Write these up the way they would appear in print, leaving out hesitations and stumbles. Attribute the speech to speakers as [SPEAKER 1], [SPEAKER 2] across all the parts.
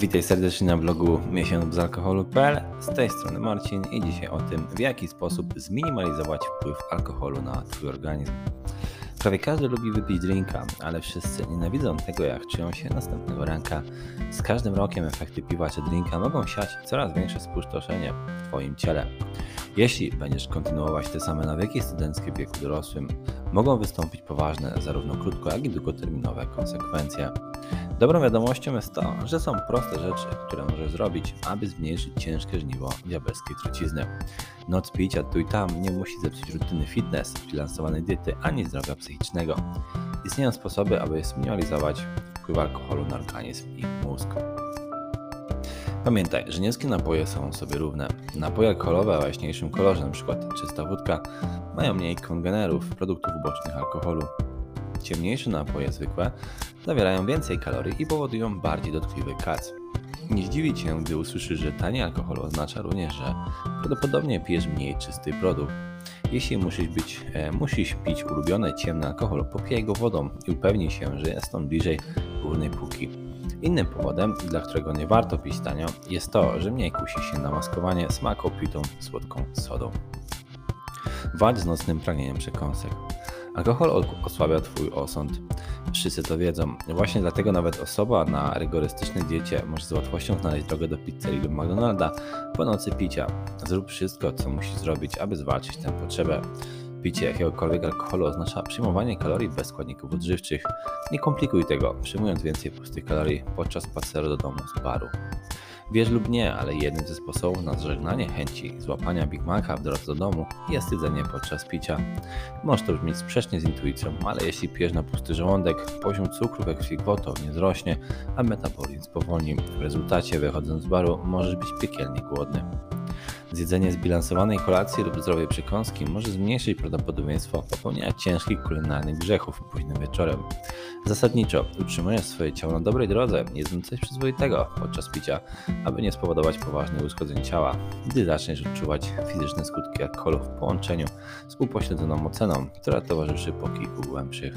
[SPEAKER 1] Witaj serdecznie na blogu miesiączbezalkoholu.pl. Z tej strony Marcin i dzisiaj o tym, w jaki sposób zminimalizować wpływ alkoholu na Twój organizm. Prawie każdy lubi wypić drinka, ale wszyscy nienawidzą tego, jak czują się następnego ranka. Z każdym rokiem efekty piwa czy drinka mogą siać coraz większe spustoszenie w Twoim ciele. Jeśli będziesz kontynuować te same nawyki studenckie w wieku dorosłym, mogą wystąpić poważne zarówno krótko, jak i długoterminowe konsekwencje. Dobrą wiadomością jest to, że są proste rzeczy, które możesz zrobić, aby zmniejszyć ciężkie żniwo diabelskiej trucizny. Noc picia tu i tam nie musi zepsuć rutyny fitness, bilansowanej diety ani zdrowia psychicznego. Istnieją sposoby, aby zminimalizować wpływ alkoholu na organizm i mózg. Pamiętaj, że nie wszystkie napoje są sobie równe. Napoje alkoholowe o jaśniejszym kolorze, np. czysta wódka, mają mniej kongenerów, produktów ubocznych alkoholu. Ciemniejsze napoje zwykłe zawierają więcej kalorii i powodują bardziej dotkliwy kac. Nie zdziwi Cię, gdy usłyszysz, że tanie alkohol oznacza również, że prawdopodobnie pijesz mniej czysty produkt. Jeśli musisz pić ulubiony ciemny alkohol, popijaj go wodą i upewnij się, że jest on bliżej górnej półki. Innym powodem, dla którego nie warto pić tanio, jest to, że mniej kusi się na maskowanie smaku pitą słodką sodą. Walcz z nocnym pragnieniem przekąsek. Alkohol osłabia Twój osąd. Wszyscy to wiedzą. Właśnie dlatego nawet osoba na rygorystycznej diecie może z łatwością znaleźć drogę do pizzerii lub McDonalda po nocy picia. Zrób wszystko, co musisz zrobić, aby zwalczyć tę potrzebę. Picie jakiegokolwiek alkoholu oznacza przyjmowanie kalorii bez składników odżywczych. Nie komplikuj tego, przyjmując więcej pustych kalorii podczas spaceru do domu z baru. Wierz lub nie, ale jednym ze sposobów na zażegnanie chęci złapania Big Maca w drodze do domu jest jedzenie podczas picia. Może to brzmieć sprzecznie z intuicją, ale jeśli pijesz na pusty żołądek, poziom cukru we krwi gwałtownie wzrośnie, a metabolizm spowolni. W rezultacie, wychodząc z baru, możesz być piekielnie głodny. Zjedzenie zbilansowanej kolacji lub zdrowej przekąski może zmniejszyć prawdopodobieństwo popełnienia ciężkich kulinarnych grzechów późnym wieczorem. Zasadniczo utrzymujesz swoje ciało na dobrej drodze, jedząc coś przyzwoitego podczas picia, aby nie spowodować poważnych uszkodzeń ciała, gdy zaczniesz odczuwać fizyczne skutki alkoholu w połączeniu z upośledzoną oceną, która towarzyszy po kilku głębszych.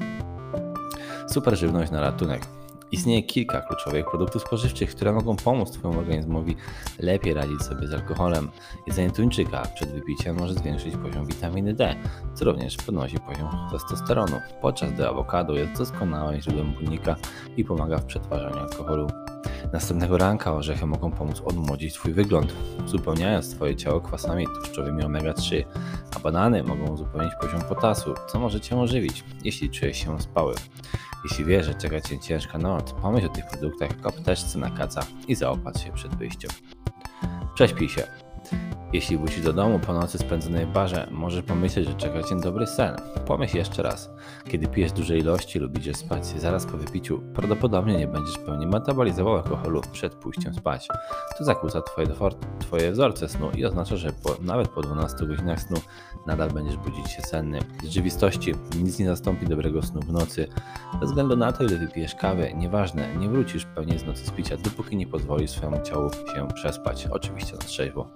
[SPEAKER 1] Super żywność na ratunek. Istnieje kilka kluczowych produktów spożywczych, które mogą pomóc Twojemu organizmowi lepiej radzić sobie z alkoholem. Jedzenie tuńczyka przed wypiciem może zwiększyć poziom witaminy D, co również podnosi poziom testosteronu, podczas gdy awokado jest doskonałym źródłem błonnika i pomaga w przetwarzaniu alkoholu. Następnego ranka orzechy mogą pomóc odmłodzić Twój wygląd, uzupełniając Twoje ciało kwasami tłuszczowymi omega-3, a banany mogą uzupełnić poziom potasu, co może Cię ożywić, jeśli czujesz się spały. Jeśli wiesz, że czeka Cię ciężka noc, pomyśl o tych produktach jako apteczce na kaca i zaopatrz się przed wyjściem. Prześpij się. Jeśli wrócisz do domu po nocy spędzonej w barze, możesz pomyśleć, że czeka Cię dobry sen. Pomyśl jeszcze raz. Kiedy pijesz duże ilości lub idziesz spać zaraz po wypiciu, prawdopodobnie nie będziesz w pełni metabolizował alkoholu przed pójściem spać. To zakłóca Twoje wzorce snu i oznacza, że nawet po 12 godzinach snu nadal będziesz budzić się senny. W rzeczywistości nic nie zastąpi dobrego snu w nocy. Bez względu na to, ile wypijesz kawy, nieważne, nie wrócisz w pełni z nocy z picia, dopóki nie pozwolisz swojemu ciału się przespać. Oczywiście na trzeźwo.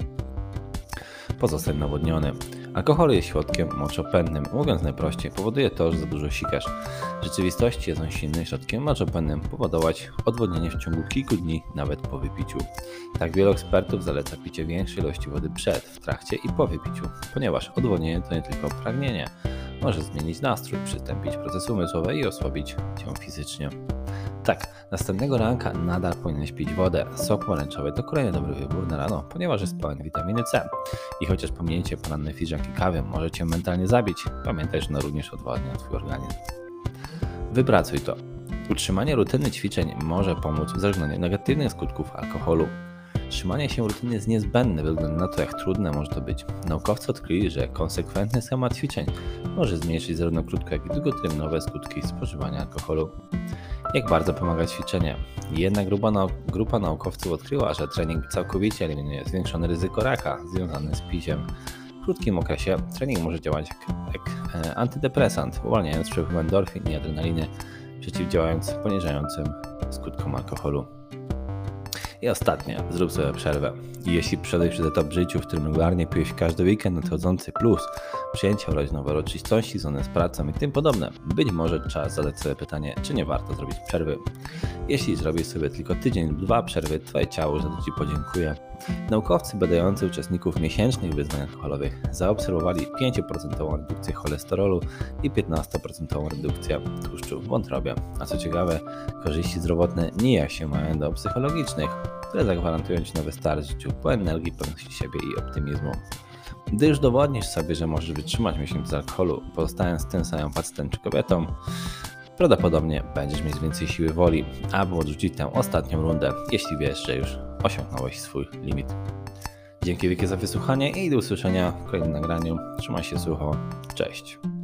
[SPEAKER 1] Pozostań nawodniony. Alkohol jest środkiem moczopędnym. Mówiąc najprościej, powoduje to, że za dużo sikasz. W rzeczywistości jest on silnym środkiem moczopędnym, powodować odwodnienie w ciągu kilku dni, nawet po wypiciu. Tak wielu ekspertów zaleca picie większej ilości wody przed, w trakcie i po wypiciu, ponieważ odwodnienie to nie tylko pragnienie. Może zmienić nastrój, przystąpić procesy umysłowe i osłabić Cię fizycznie. Tak, następnego ranka nadal powinieneś pić wodę. Sok pomarańczowy to kolejny dobry wybór na rano, ponieważ jest pełen witaminy C. I chociaż pominięcie porannej filiżanki kawy może Cię mentalnie zabić, pamiętaj, że ona również odwadnia Twój organizm. Wypracuj to. Utrzymanie rutyny ćwiczeń może pomóc w zażegnaniu negatywnych skutków alkoholu. Trzymanie się rutyny jest niezbędne ze względu na to, jak trudne może to być. Naukowcy odkryli, że konsekwentny schemat ćwiczeń może zmniejszyć zarówno krótko, jak i długoterminowe skutki spożywania alkoholu. Jak bardzo pomaga ćwiczenie? Jedna grupa naukowców odkryła, że trening całkowicie eliminuje zwiększone ryzyko raka związane z piciem. W krótkim okresie trening może działać jak antydepresant, uwalniając przepływ endorfin i adrenaliny, przeciwdziałając poniżającym skutkom alkoholu. I ostatnie, zrób sobie przerwę. I jeśli przeszedłeś przez etap w życiu, w którym regularnie piłeś każdy weekend nadchodzący plus przyjęcia urodzinowe uroczystości związane z pracą i tym podobne, być może czas zadać sobie pytanie, czy nie warto zrobić przerwy. Jeśli zrobisz sobie tylko tydzień lub 2 przerwy, twoje ciało za to ci podziękuje. Naukowcy badający uczestników miesięcznych wyzwań alkoholowych zaobserwowali 5% redukcję cholesterolu i 15% redukcję tłuszczu w wątrobie. A co ciekawe, korzyści zdrowotne nijak się mają do psychologicznych, które zagwarantują ci nowy start w życiu po energii, pewności siebie i optymizmu. Gdy już udowodnisz sobie, że możesz wytrzymać miesiąc z alkoholu, pozostając tym samym facetem czy kobietą, prawdopodobnie będziesz mieć więcej siły woli, aby odrzucić tę ostatnią rundę, jeśli wiesz, że już osiągnąłeś swój limit. Dzięki wielkie za wysłuchanie i do usłyszenia w kolejnym nagraniu. Trzymaj się sucho. Cześć.